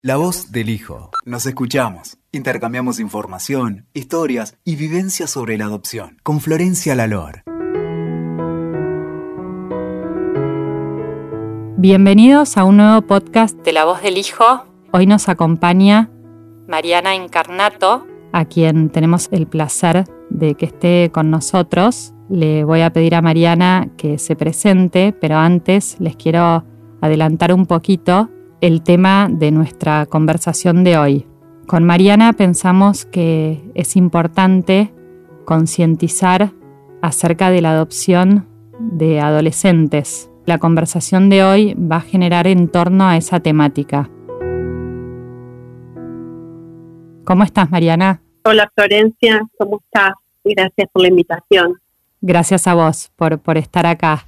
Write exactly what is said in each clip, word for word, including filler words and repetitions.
La voz del hijo. Nos escuchamos, intercambiamos información, historias y vivencias sobre la adopción. Con Florencia Lalor. Bienvenidos a un nuevo podcast de La voz del hijo. Hoy nos acompaña Mariana Incarnato, a quien tenemos el placer de que esté con nosotros. Le voy a pedir a Mariana que se presente, pero antes les quiero adelantar un poquito el tema de nuestra conversación de hoy. Con Mariana pensamos que es importante concientizar acerca de la adopción de adolescentes. La conversación de hoy va a generar en torno a esa temática. ¿Cómo estás, Mariana? Hola, Florencia, ¿cómo estás? Gracias por la invitación. Gracias a vos por, por estar acá.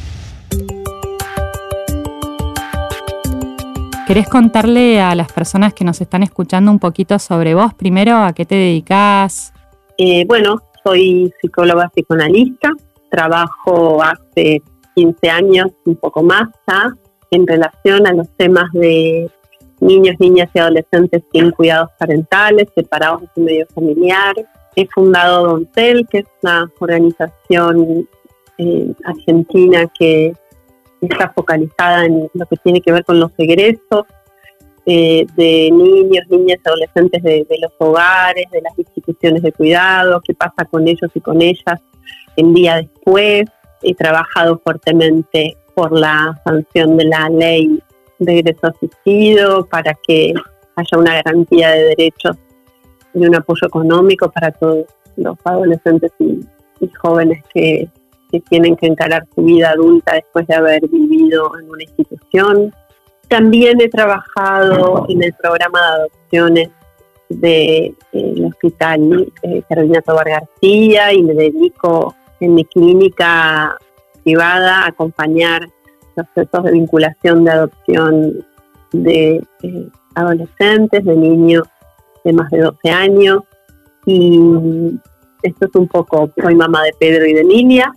¿Querés contarle a las personas que nos están escuchando un poquito sobre vos? Primero, ¿a qué te dedicás? Eh, bueno, soy psicóloga psicoanalista. Trabajo hace quince años, un poco más ya, en relación a los temas de niños, niñas y adolescentes sin cuidados parentales, separados de su medio familiar. He fundado Dontel, que es una organización eh, argentina que está focalizada en lo que tiene que ver con los egresos eh, de niños, niñas y adolescentes de, de los hogares, de las instituciones de cuidado, qué pasa con ellos y con ellas el día después. He trabajado fuertemente por la sanción de la ley de egreso asistido para que haya una garantía de derechos y un apoyo económico para todos los adolescentes y, y jóvenes que que tienen que encarar su vida adulta después de haber vivido en una institución. También he trabajado en el programa de adopciones del de, Hospital eh, Carolina Tovar García y me dedico en mi clínica privada a acompañar procesos de vinculación de adopción de eh, adolescentes, de niños de más de doce años. Y esto es un poco, soy mamá de Pedro y de Emilia.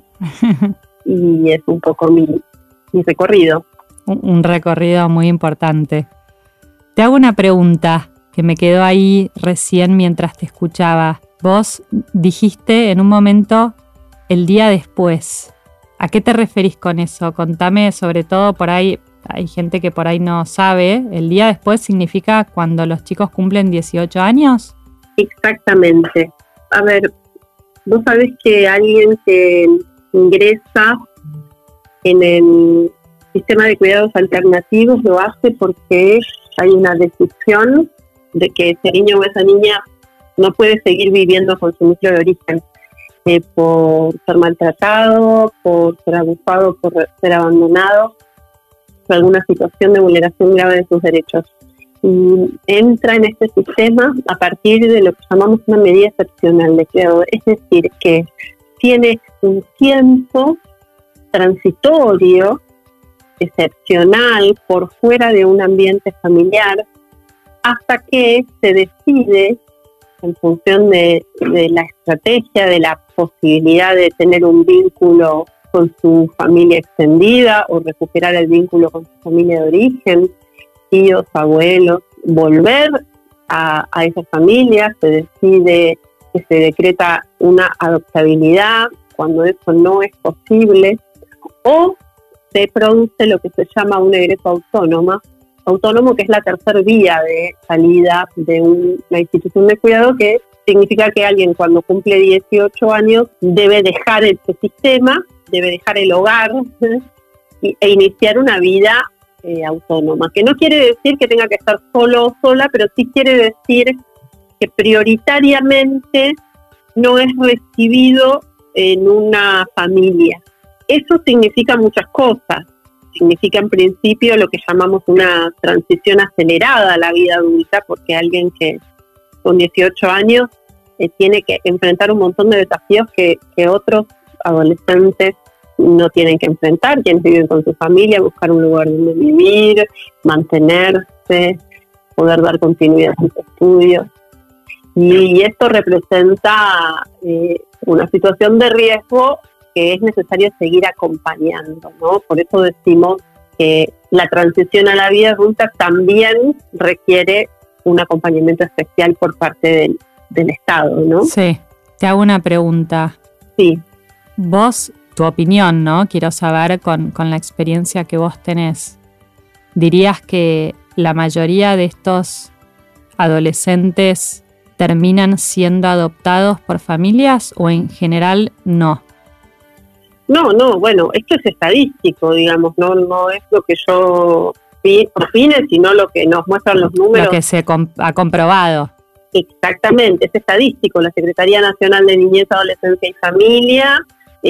Y es un poco mi, mi recorrido. Un, un recorrido muy importante. Te hago una pregunta que me quedó ahí recién mientras te escuchaba. Vos dijiste en un momento el día después. ¿A qué te referís con eso? Contame, sobre todo por ahí, hay gente que por ahí no sabe. ¿El día después significa cuando los chicos cumplen dieciocho años? Exactamente. A ver, vos sabés que alguien que ingresa en el sistema de cuidados alternativos lo hace porque hay una decisión de que ese niño o esa niña no puede seguir viviendo con su núcleo de origen eh, por ser maltratado, por ser abusado, por ser abandonado, por alguna situación de vulneración grave de sus derechos. Y entra en este sistema a partir de lo que llamamos una medida excepcional de cuidado, es decir, que tiene un tiempo transitorio, excepcional, por fuera de un ambiente familiar, hasta que se decide, en función de, de la estrategia, de la posibilidad de tener un vínculo con su familia extendida o recuperar el vínculo con su familia de origen, tíos, abuelos, volver a, a esa familia, se decide que se decreta una adoptabilidad cuando eso no es posible, o se produce lo que se llama un egreso autónomo, autónomo que es la tercera vía de salida de un, una institución de cuidado, que significa que alguien cuando cumple dieciocho años debe dejar este sistema, debe dejar el hogar y, e iniciar una vida eh, autónoma, que no quiere decir que tenga que estar solo o sola, pero sí quiere decir que prioritariamente no es recibido en una familia. Eso significa muchas cosas. Significa en principio lo que llamamos una transición acelerada a la vida adulta, porque alguien que con dieciocho años eh, tiene que enfrentar un montón de desafíos que, que otros adolescentes no tienen que enfrentar, quienes viven con su familia, buscar un lugar donde vivir, mantenerse, poder dar continuidad a sus estudios. Y esto representa eh, una situación de riesgo que es necesario seguir acompañando, ¿no? Por eso decimos que la transición a la vida adulta también requiere un acompañamiento especial por parte del, del Estado, ¿no? Sí. Te hago una pregunta. Sí. Vos, tu opinión, ¿no? Quiero saber con, con la experiencia que vos tenés. ¿Dirías que la mayoría de estos adolescentes terminan siendo adoptados por familias o en general no? No, no, bueno, esto es estadístico, digamos, no, no es lo que yo opine, sino lo que nos muestran los números. Lo que se com- ha comprobado. Exactamente, es estadístico. La Secretaría Nacional de Niñez, Adolescencia y Familia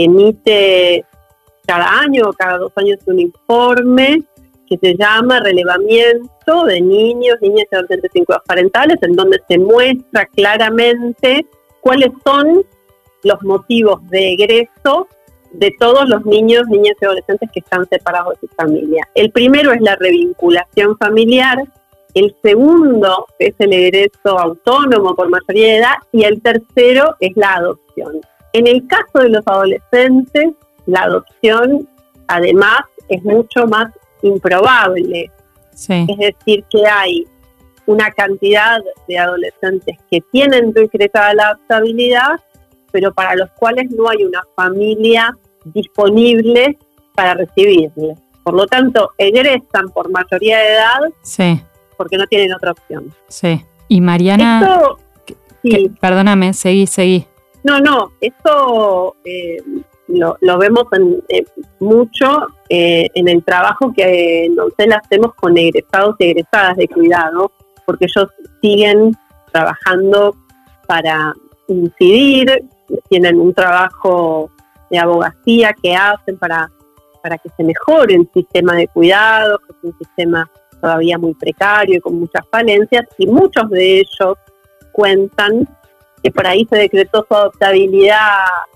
emite cada año o cada dos años un informe que se llama Relevamiento de Niños, Niñas y Adolescentes sin cuidados parentales, en donde se muestra claramente cuáles son los motivos de egreso de todos los niños, niñas y adolescentes que están separados de su familia. El primero es la revinculación familiar, el segundo es el egreso autónomo por mayoría de edad y el tercero es la adopción. En el caso de los adolescentes, la adopción además es mucho más improbable. Sí. Es decir, que hay una cantidad de adolescentes que tienen decretada la adoptabilidad, pero para los cuales no hay una familia disponible para recibirles. Por lo tanto, egresan por mayoría de edad, sí, porque no tienen otra opción. Sí. Y Mariana, esto, que, sí. que, perdóname, seguí, seguí. No, no, esto eh, lo, lo vemos en, eh, mucho eh, en el trabajo que eh, nosotros hacemos con egresados y egresadas de cuidado, porque ellos siguen trabajando para incidir, tienen un trabajo de abogacía que hacen para, para que se mejore el sistema de cuidado, que es un sistema todavía muy precario y con muchas falencias, y muchos de ellos cuentan que por ahí se decretó su adoptabilidad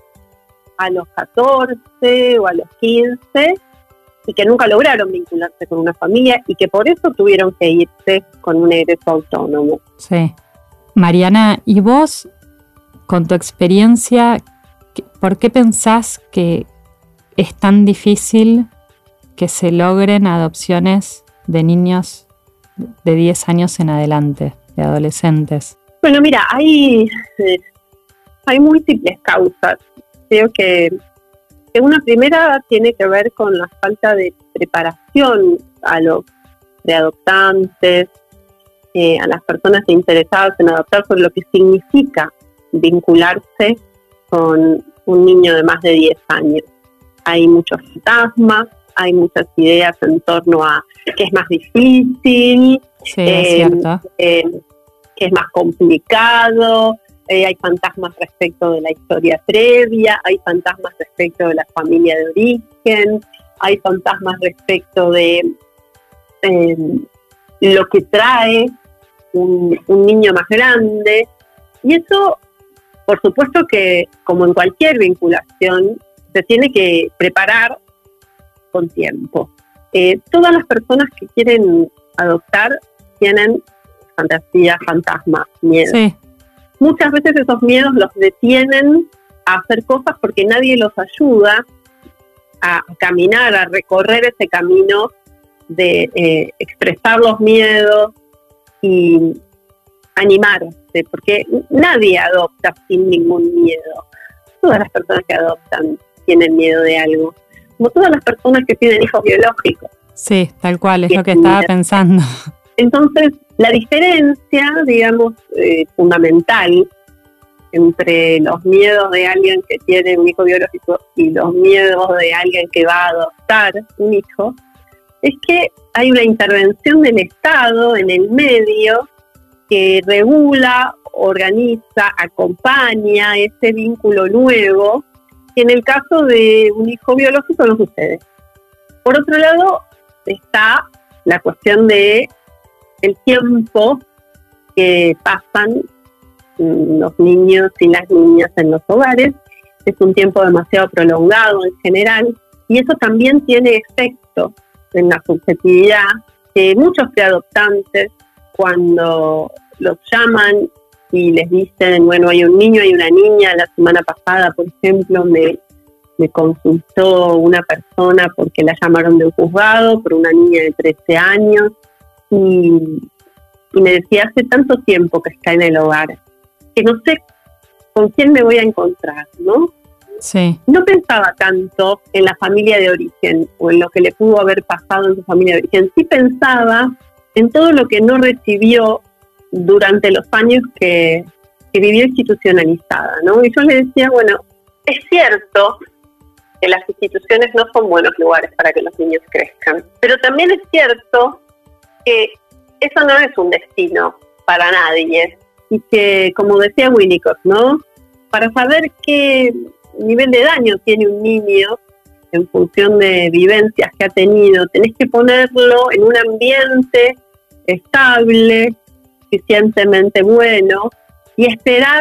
a los catorce o a los quince y que nunca lograron vincularse con una familia y que por eso tuvieron que irse con un egreso autónomo. Sí. Mariana, ¿y vos, con tu experiencia, por qué pensás que es tan difícil que se logren adopciones de niños de diez años en adelante, de adolescentes? Bueno, mira, hay, eh, hay múltiples causas. Creo que, que una primera tiene que ver con la falta de preparación a los preadoptantes, eh, a las personas interesadas en adoptar, sobre lo que significa vincularse con un niño de más de diez años. Hay muchos fantasmas, hay muchas ideas en torno a que es más difícil, sí, eh, es cierto. Eh, que es más complicado, eh, hay fantasmas respecto de la historia previa, hay fantasmas respecto de la familia de origen, hay fantasmas respecto de eh, lo que trae un, un niño más grande, y eso, por supuesto que, como en cualquier vinculación, se tiene que preparar con tiempo. Eh, todas las personas que quieren adoptar tienen fantasías, fantasmas, miedos. Sí. Muchas veces esos miedos los detienen a hacer cosas porque nadie los ayuda a caminar, a recorrer ese camino de eh, expresar los miedos y animarse, porque nadie adopta sin ningún miedo. Todas las personas que adoptan tienen miedo de algo, como todas las personas que tienen hijos biológicos. Sí, tal cual, es lo que estaba pensando. Entonces, la diferencia, digamos, eh, fundamental entre los miedos de alguien que tiene un hijo biológico y los miedos de alguien que va a adoptar un hijo, es que hay una intervención del Estado en el medio que regula, organiza, acompaña ese vínculo nuevo, que en el caso de un hijo biológico no sucede. Por otro lado, está la cuestión de el tiempo que pasan los niños y las niñas en los hogares. Es un tiempo demasiado prolongado en general, y eso también tiene efecto en la subjetividad, que muchos preadoptantes, cuando los llaman y les dicen, bueno, hay un niño, hay una niña, la semana pasada, por ejemplo, me, me consultó una persona porque la llamaron de un juzgado por una niña de trece años y, y me decía, hace tanto tiempo que está en el hogar, que no sé con quién me voy a encontrar, ¿no? Sí. No pensaba tanto en la familia de origen o en lo que le pudo haber pasado en su familia de origen. Sí pensaba en todo lo que no recibió durante los años que, que vivió institucionalizada, ¿no? Y yo le decía, bueno, es cierto que las instituciones no son buenos lugares para que los niños crezcan, pero también es cierto que eso no es un destino para nadie y que, como decía Winnicott, ¿no? Para saber qué nivel de daño tiene un niño en función de vivencias que ha tenido, tenés que ponerlo en un ambiente estable, suficientemente bueno y esperar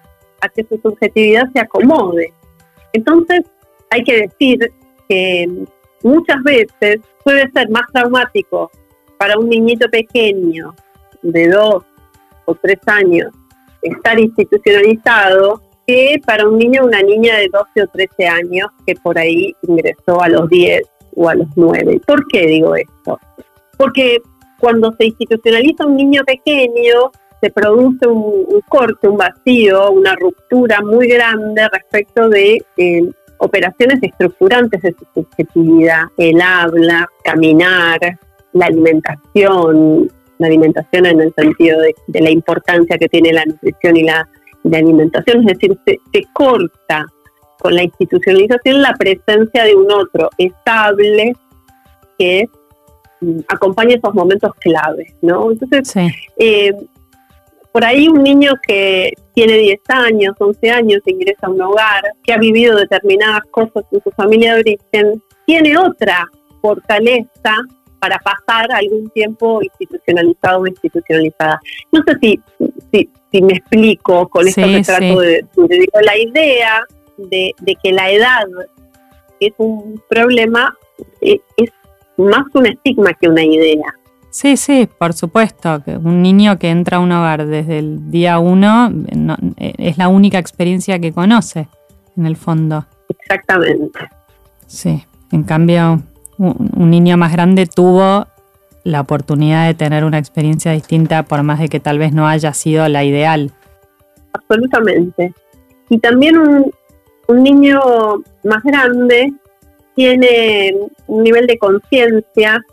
a que su subjetividad se acomode. Entonces hay que decir que muchas veces puede ser más traumático para un niñito pequeño de dos o tres años estar institucionalizado que para un niño o una niña de doce o trece años que por ahí ingresó a los diez o a los nueve. ¿Por qué digo esto? Porque cuando se institucionaliza un niño pequeño, se produce un, un corte, un vacío, una ruptura muy grande respecto de eh, operaciones estructurantes de su subjetividad, el habla, caminar, la alimentación, la alimentación en el sentido de, de la importancia que tiene la nutrición y la, la alimentación, es decir, se, se corta con la institucionalización la presencia de un otro estable que mm, acompaña esos momentos claves, ¿no? Entonces, sí. eh, por ahí un niño que tiene diez años, once años, ingresa a un hogar, que ha vivido determinadas cosas en su familia de origen, tiene otra fortaleza para pasar algún tiempo institucionalizado o institucionalizada. No sé si, si, si me explico con esto sí, que trato sí. de decir. La idea de, de que la edad es un problema es, es más un estigma que una idea. Sí, sí, por supuesto. Que un niño que entra a un hogar desde el día uno no, es la única experiencia que conoce, en el fondo. Exactamente. Sí, en cambio, un, un niño más grande tuvo la oportunidad de tener una experiencia distinta, por más de que tal vez no haya sido la ideal. Absolutamente. Y también un, un niño más grande tiene un nivel de conciencia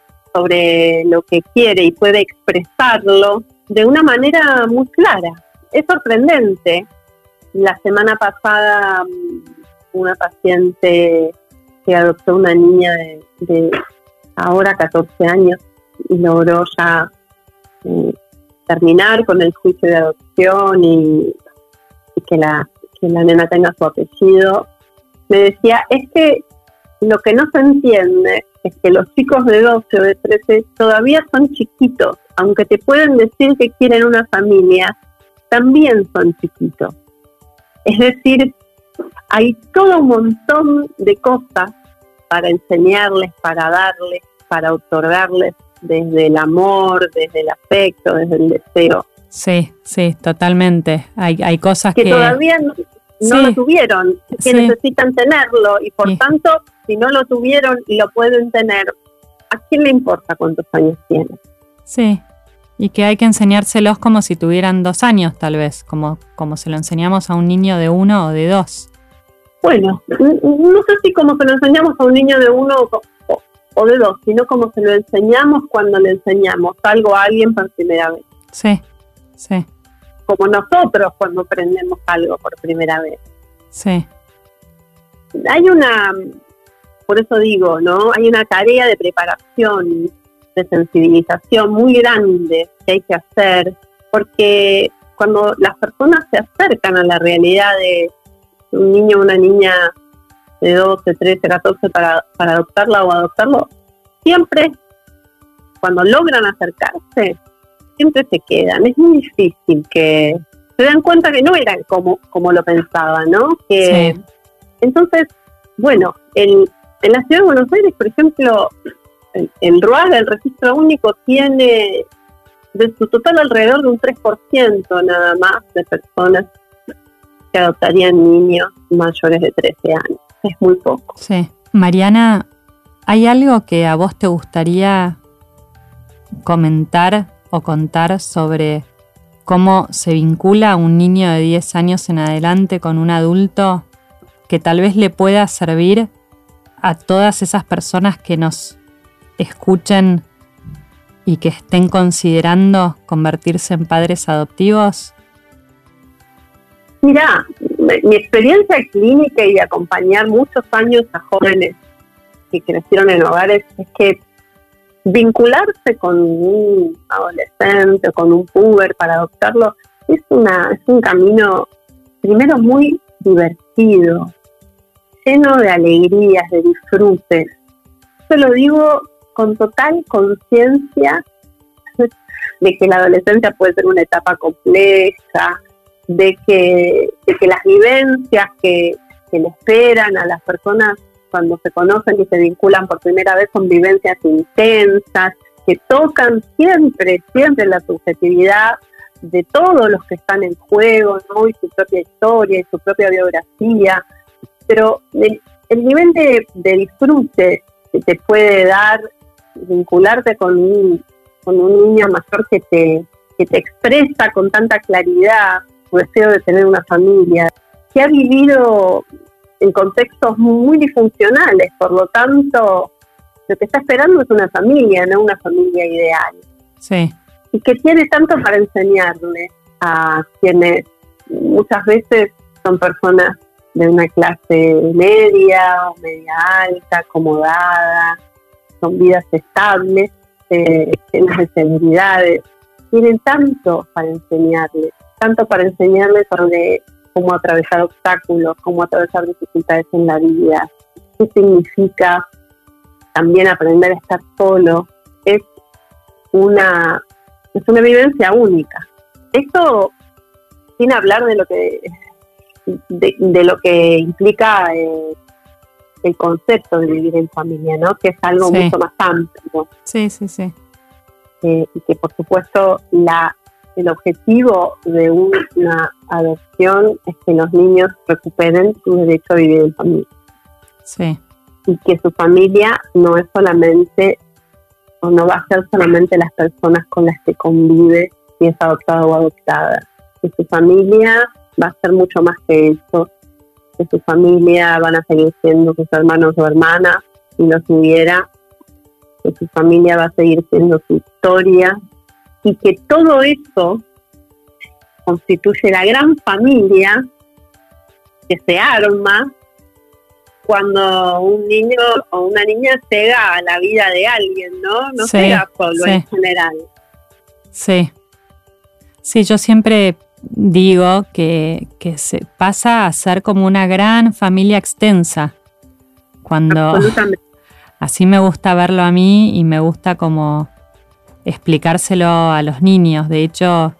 sobre lo que quiere y puede expresarlo de una manera muy clara. Es sorprendente. La semana pasada una paciente que adoptó una niña de, de ahora catorce años y logró ya eh, terminar con el juicio de adopción y, y que, la, que la nena tenga su apellido, me decía, es que lo que no se entiende es que los chicos de doce o de trece todavía son chiquitos, aunque te pueden decir que quieren una familia, también son chiquitos. Es decir, hay todo un montón de cosas para enseñarles, para darles, para otorgarles desde el amor, desde el afecto, desde el deseo. Sí, sí, totalmente. Hay, hay cosas que... que todavía no, no sí. lo tuvieron, que sí. necesitan tenerlo y por sí. tanto, si no lo tuvieron y lo pueden tener, ¿a quién le importa cuántos años tienen? Sí, y que hay que enseñárselos como si tuvieran dos años tal vez, como, como se lo enseñamos a un niño de uno o de dos. Bueno, no sé si como se lo enseñamos a un niño de uno o, o, o de dos, sino como se lo enseñamos cuando le enseñamos algo a alguien por primera vez. Sí, sí. Como nosotros cuando aprendemos algo por primera vez. Sí. Hay una, por eso digo, ¿no? Hay una tarea de preparación, de sensibilización muy grande que hay que hacer, porque cuando las personas se acercan a la realidad de un niño o una niña de doce, trece, catorce para, para adoptarla o adoptarlo, siempre, cuando logran acercarse, siempre se quedan. Es muy difícil que se dan cuenta que no eran como, como lo pensaban, ¿no? Que, sí. Entonces, bueno, el, en la Ciudad de Buenos Aires, por ejemplo, el, el RUAG, el Registro Único, tiene de su total alrededor de un tres por ciento nada más de personas que adoptarían niños mayores de trece años. es muy poco. Sí. Mariana, ¿hay algo que a vos te gustaría comentar o contar sobre cómo se vincula un niño de diez años en adelante con un adulto que tal vez le pueda servir a todas esas personas que nos escuchen y que estén considerando convertirse en padres adoptivos? Mirá, mi experiencia clínica y de acompañar muchos años a jóvenes que crecieron en hogares es que vincularse con un adolescente o con un puber para adoptarlo es una es un camino primero muy divertido, lleno de alegrías, de disfrutes. Yo lo digo con total conciencia de que la adolescencia puede ser una etapa compleja, de que, de que las vivencias que, que le esperan a las personas cuando se conocen y se vinculan por primera vez son vivencias intensas, que tocan siempre, siempre la subjetividad de todos los que están en juego, ¿no? Y su propia historia y su propia biografía. Pero el, el nivel de, de disfrute que te puede dar vincularte con un, con un niño mayor que te, que te expresa con tanta claridad su deseo de tener una familia, que ha vivido en contextos muy disfuncionales, por lo tanto, lo que está esperando es una familia, no una familia ideal. Sí. Y que tiene tanto para enseñarle a quienes muchas veces son personas de una clase media o media alta, acomodada, son vidas estables, eh, llenas de seguridades. Tienen tanto para enseñarles, tanto para enseñarles sobre cómo atravesar obstáculos, cómo atravesar dificultades en la vida, qué significa también aprender a estar solo. Es una, es una vivencia única. Esto sin hablar de lo que de, de lo que implica eh, el concepto de vivir en familia, ¿no? Que es algo sí. mucho más amplio. Sí, sí, sí. Eh, y que por supuesto la el objetivo de una adopción es que los niños recuperen su derecho a vivir en familia. Sí. Y que su familia no es solamente, o no va a ser solamente las personas con las que convive si es adoptado o adoptada. Que su familia va a ser mucho más que eso. Que su familia van a seguir siendo sus hermanos o hermanas, si los hubiera. Que su familia va a seguir siendo su historia. Y que todo eso constituye la gran familia que se arma cuando un niño o una niña llega a la vida de alguien, ¿no? No sí, llega solo sí. en general. Sí. Sí, yo siempre digo que, que se pasa a ser como una gran familia extensa. Cuando Absolutamente. Así me gusta verlo a mí y me gusta como explicárselo a los niños. De hecho,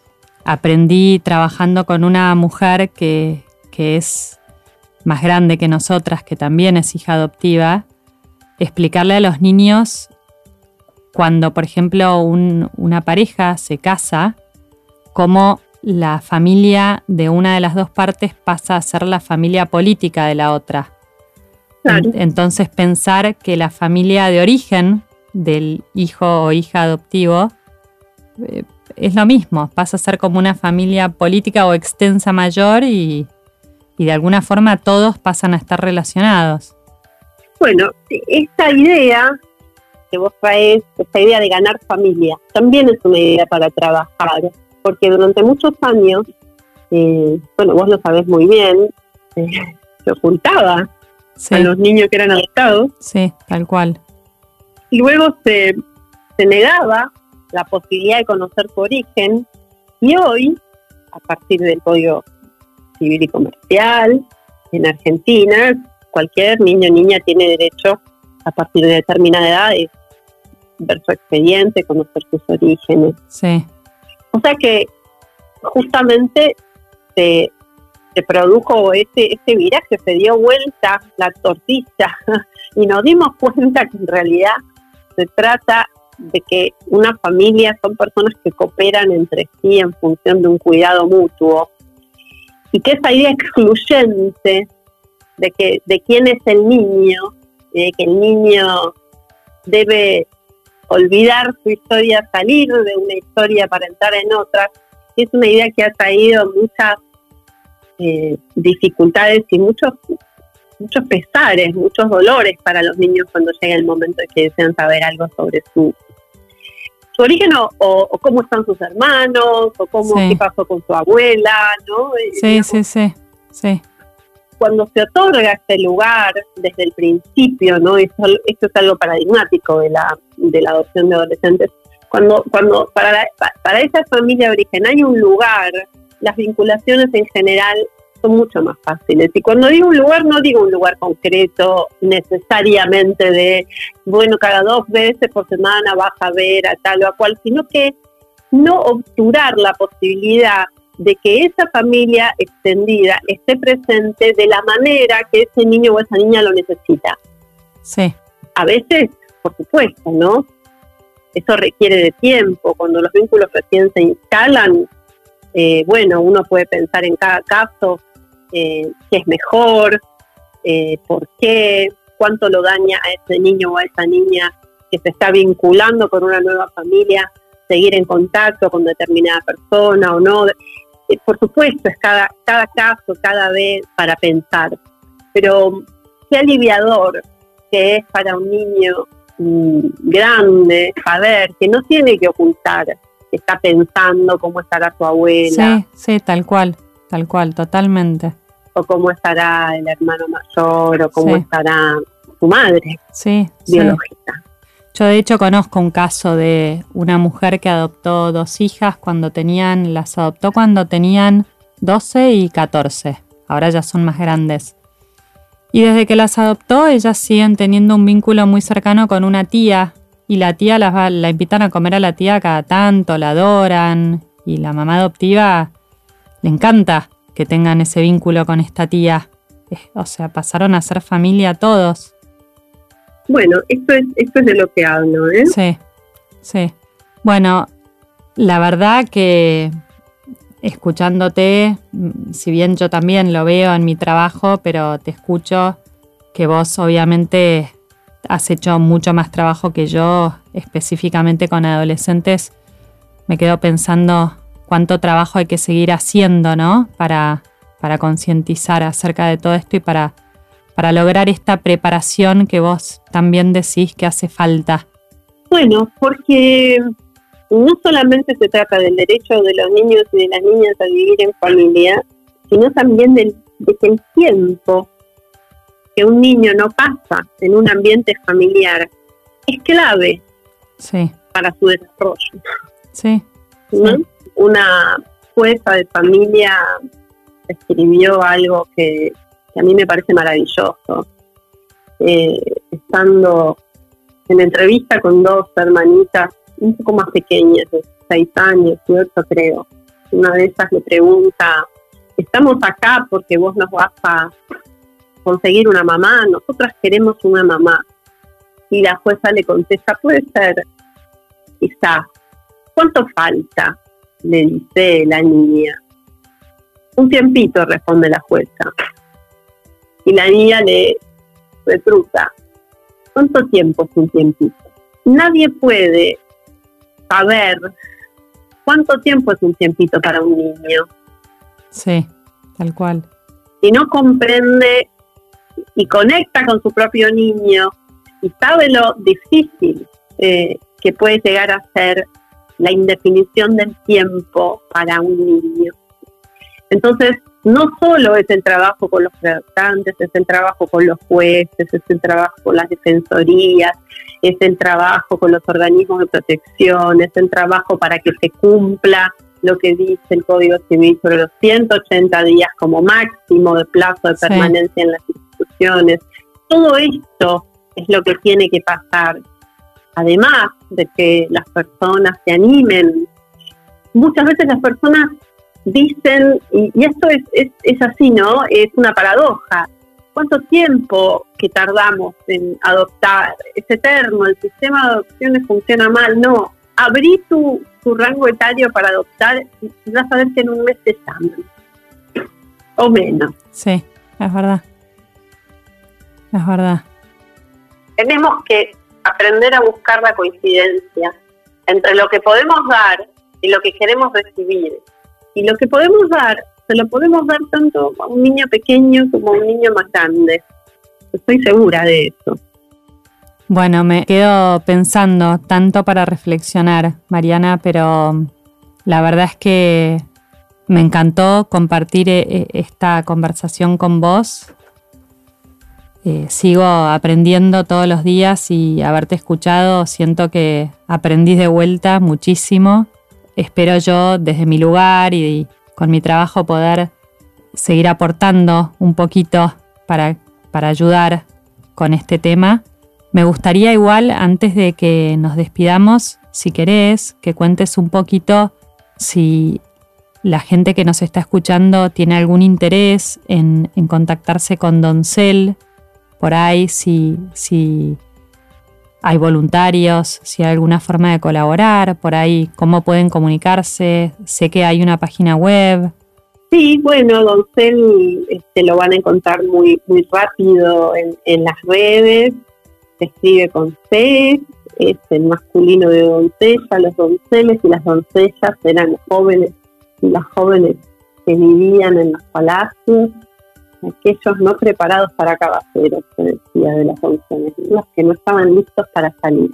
aprendí trabajando con una mujer que, que es más grande que nosotras, que también es hija adoptiva, explicarle a los niños cuando, por ejemplo, un, una pareja se casa, cómo la familia de una de las dos partes pasa a ser la familia política de la otra. Claro. Entonces pensar que la familia de origen del hijo o hija adoptivo eh, es lo mismo, pasa a ser como una familia política o extensa mayor y, y de alguna forma todos pasan a estar relacionados. Bueno, esta idea que vos traes, esta idea de ganar familia, también es una idea para trabajar, porque durante muchos años, eh, bueno, vos lo sabés muy bien, eh, se ocultaba sí. a los niños que eran adoptados. Sí, tal cual. Y luego se, se negaba la posibilidad de conocer su origen, y hoy, a partir del Código Civil y Comercial, en Argentina, cualquier niño o niña tiene derecho, a partir de determinada edad, de ver su expediente, conocer sus orígenes. Sí. O sea que justamente se, se produjo ese, ese viraje, se dio vuelta la tortilla y nos dimos cuenta que en realidad se trata de que una familia son personas que cooperan entre sí en función de un cuidado mutuo, y que esa idea excluyente de que de quién es el niño, de que el niño debe olvidar su historia, salir de una historia para entrar en otra, es una idea que ha traído muchas eh, dificultades y muchos muchos pesares, muchos dolores para los niños cuando llega el momento de que desean saber algo sobre su, su origen o, o, o cómo están sus hermanos, o cómo sí. qué pasó con su abuela, ¿no? Sí, digamos, sí, sí, sí. Cuando se otorga este lugar desde el principio, ¿no? Esto, esto es algo paradigmático de la, de la adopción de adolescentes. Cuando, cuando para, la, para esa familia de origen hay un lugar, las vinculaciones en general son mucho más fáciles. Y cuando digo un lugar, no digo un lugar concreto necesariamente de, bueno, cada dos veces por semana vas a ver a tal o a cual, sino que no obturar la posibilidad de que esa familia extendida esté presente de la manera que ese niño o esa niña lo necesita. Sí. A veces, por supuesto, ¿no? Eso requiere de tiempo. Cuando los vínculos recién se instalan, eh, bueno, uno puede pensar en cada caso eh, qué es mejor, eh, por qué, cuánto lo daña a ese niño o a esa niña que se está vinculando con una nueva familia, seguir en contacto con determinada persona o no. Eh, por supuesto, es cada, cada caso, cada vez para pensar. Pero qué aliviador que es para un niño mmm, grande saber que no tiene que ocultar, que está pensando cómo estará su abuela. Sí, sí, tal cual, tal cual, totalmente. O cómo estará el hermano mayor, o cómo sí. estará su madre sí, biológica. Sí. Yo de hecho conozco un caso de una mujer que adoptó dos hijas cuando tenían, las adoptó cuando tenían doce y catorce. Ahora ya son más grandes. Y desde que las adoptó, ellas siguen teniendo un vínculo muy cercano con una tía. Y la tía las va, la invitan a comer a la tía cada tanto, la adoran. Y la mamá adoptiva le encanta que tengan ese vínculo con esta tía. O sea, pasaron a ser familia todos. Bueno, esto es, esto es de lo que hablo, ¿eh? Sí, sí. Bueno, la verdad que escuchándote, si bien yo también lo veo en mi trabajo, pero te escucho que vos obviamente has hecho mucho más trabajo que yo, específicamente con adolescentes. Me quedo pensando cuánto trabajo hay que seguir haciendo, ¿no? Para, para concientizar acerca de todo esto y para... para lograr esta preparación que vos también decís que hace falta? Bueno, porque no solamente se trata del derecho de los niños y de las niñas a vivir en familia, sino también del, de que el tiempo que un niño no pasa en un ambiente familiar es clave sí. para su desarrollo. Sí, ¿no? Sí. Una jueza de familia escribió algo que a mí me parece maravilloso, eh, estando en entrevista con dos hermanitas un poco más pequeñas, de seis años y ocho creo. Una de esas le pregunta, estamos acá porque vos nos vas a conseguir una mamá, nosotras queremos una mamá. Y la jueza le contesta, puede ser, quizás. ¿Cuánto falta?, le dice la niña. Un tiempito, responde la jueza. Y la niña le retruca, ¿cuánto tiempo es un tiempito? Nadie puede saber cuánto tiempo es un tiempito para un niño. Sí, tal cual. Si no comprende y conecta con su propio niño y sabe lo difícil eh, que puede llegar a ser la indefinición del tiempo para un niño. Entonces, no solo es el trabajo con los redactantes, es el trabajo con los jueces, es el trabajo con las defensorías, es el trabajo con los organismos de protección, es el trabajo para que se cumpla lo que dice el Código Civil sobre los ciento ochenta días como máximo de plazo de permanencia sí. en las instituciones. Todo esto es lo que tiene que pasar. Además de que las personas se animen. Muchas veces las personas dicen, y, y esto es, es, es así, ¿no? Es una paradoja. ¿Cuánto tiempo que tardamos en adoptar? Es eterno, el sistema de adopciones funciona mal. No, abrí tu, tu rango etario para adoptar y vas a ver que en un mes te llaman. O menos. Sí, es verdad. es verdad. Tenemos que aprender a buscar la coincidencia entre lo que podemos dar y lo que queremos recibir. Y lo que podemos dar, se lo podemos dar tanto a un niño pequeño como a un niño más grande. Estoy segura de eso. Bueno, me quedo pensando tanto para reflexionar, Mariana, pero la verdad es que me encantó compartir esta conversación con vos. Eh, sigo aprendiendo todos los días y haberte escuchado, siento que aprendí de vuelta muchísimo. Espero yo desde mi lugar y con mi trabajo poder seguir aportando un poquito para, para ayudar con este tema. Me gustaría igual, antes de que nos despidamos, si querés, que cuentes un poquito si la gente que nos está escuchando tiene algún interés en, en contactarse con Doncel, por ahí, si, si hay voluntarios, si hay alguna forma de colaborar, por ahí, cómo pueden comunicarse. Sé que hay una página web. Sí, bueno, Doncel este, lo van a encontrar muy, muy rápido en, en las redes. Se escribe con C, es el masculino de doncella. Los donceles y las doncellas eran jóvenes y las jóvenes que vivían en los palacios, aquellos no preparados para caballeros, se decía de las doncellas, los que no estaban listos para salir.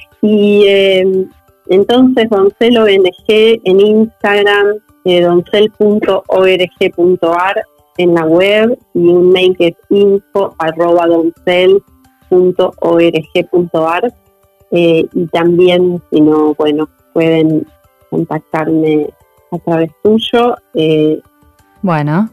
Y eh, entonces Doncel O N G en Instagram, eh, doncel punto org punto ar en la web, y un mail que es info arroba doncel punto org punto ar, eh, y también, si no, bueno, pueden contactarme a través tuyo. Eh, bueno,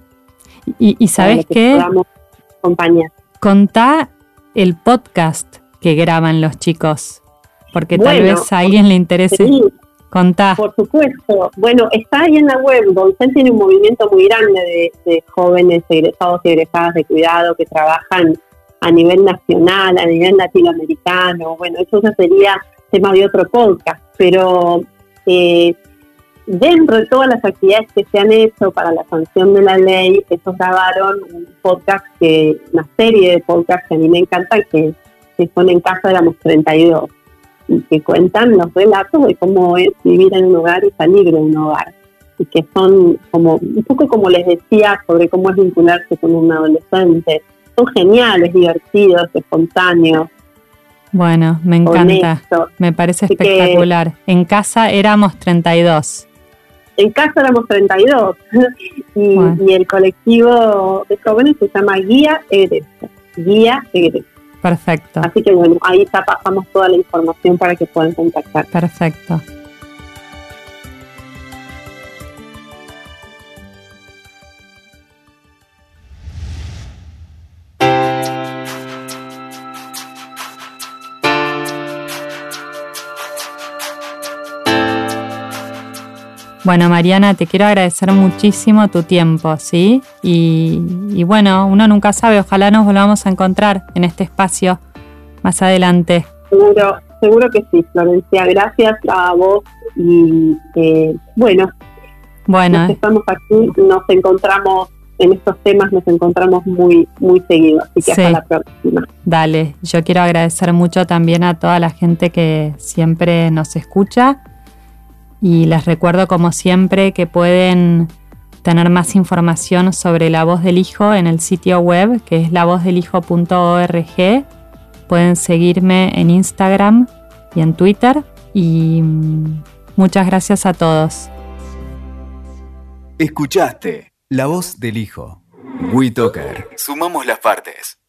y, y ¿sabes qué? Acompañar. Contá el podcast que graban los chicos, porque bueno, tal vez a alguien le interese. Sí, contá. Por supuesto. Bueno, está ahí en la web. Doncel tiene un movimiento muy grande de, de jóvenes egresados y egresadas de cuidado que trabajan a nivel nacional, a nivel latinoamericano. Bueno, eso ya sería tema de otro podcast, pero eh, dentro de todas las actividades que se han hecho para la sanción de la ley, ellos grabaron un podcast, que una serie de podcasts que a mí me encantan, que, que son En Casa Éramos treinta y dos, y que cuentan los relatos de cómo es vivir en un hogar y salir de un hogar, y que son como un poco, como les decía, sobre cómo es vincularse con un adolescente. Son geniales, divertidos, espontáneos. Bueno, me encanta, honestos. Me parece Así espectacular. En Casa Éramos treinta y dos. En Casa Éramos treinta y dos. y, bueno. y el colectivo de jóvenes se llama Guía Egreso. Guía Egreso. Perfecto. Así que bueno, ahí ya pasamos toda la información para que puedan contactar. Perfecto. Bueno, Mariana, te quiero agradecer muchísimo tu tiempo, ¿sí? Y, y bueno, uno nunca sabe, ojalá nos volvamos a encontrar en este espacio más adelante. Seguro, seguro que sí, Florencia. Gracias a vos y eh, bueno, bueno, estamos aquí, nos encontramos en estos temas, nos encontramos muy, muy seguido, así que sí. Hasta la próxima. Dale, yo quiero agradecer mucho también a toda la gente que siempre nos escucha. Y les recuerdo, como siempre, que pueden tener más información sobre La Voz del Hijo en el sitio web, que es la voz del hijo punto org. Pueden seguirme en Instagram y en Twitter. Y muchas gracias a todos. Escuchaste La Voz del Hijo. WeToker. Sumamos las partes.